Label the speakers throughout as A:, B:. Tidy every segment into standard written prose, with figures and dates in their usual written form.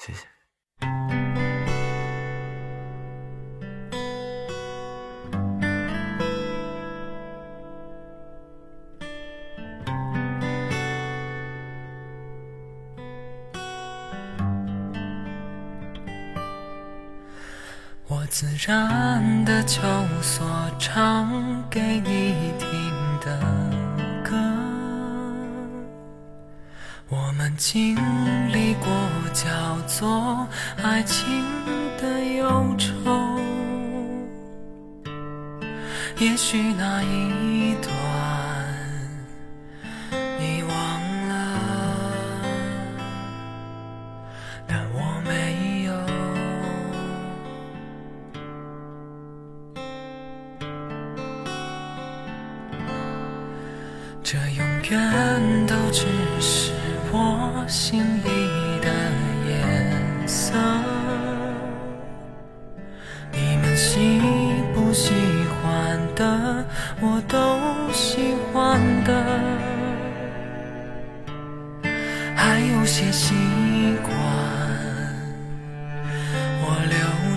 A: 谢谢。
B: 我自然的求索，唱给你听的歌，我们经历过叫做爱情的忧愁，也许那一段你忘了，但我没有。这永远都只是我心里的颜色，你们喜不喜欢的我都喜欢的，还有些习惯我留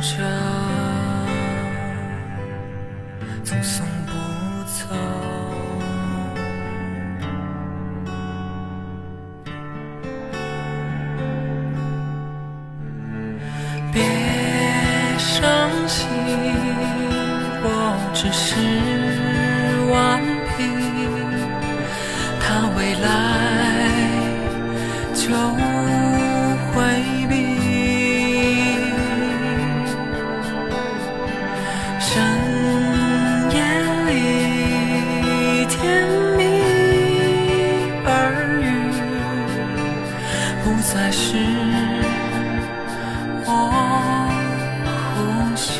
B: 着，总送不走。别伤心，我只是顽皮，他未来就回避。深夜里甜蜜耳语，不再是我呼吸，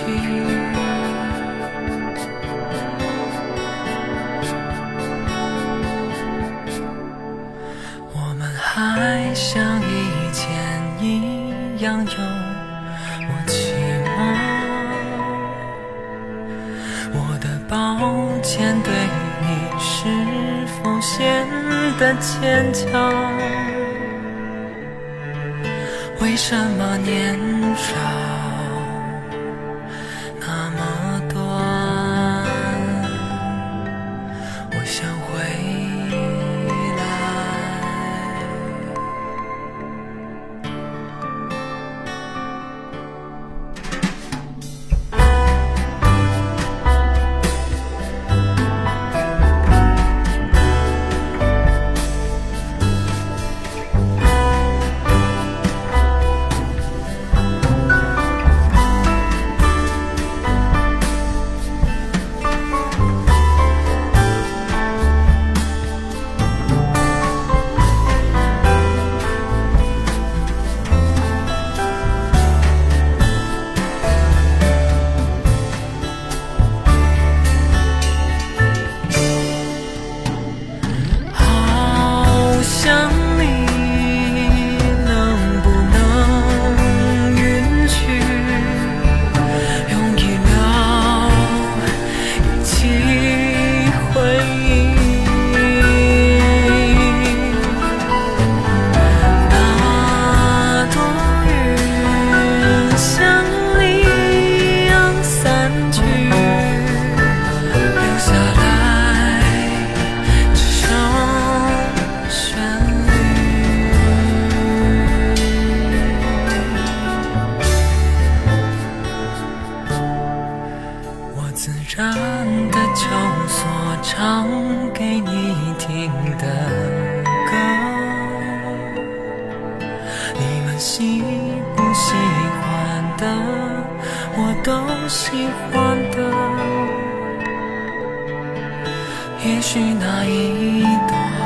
B: 我们还像以前一样有默契吗？我的抱歉对你是否显得牵强？为什么年少那么短？我想回来。自然的求索，唱给你听的歌，你们喜不喜欢的我都喜欢的，也许那一段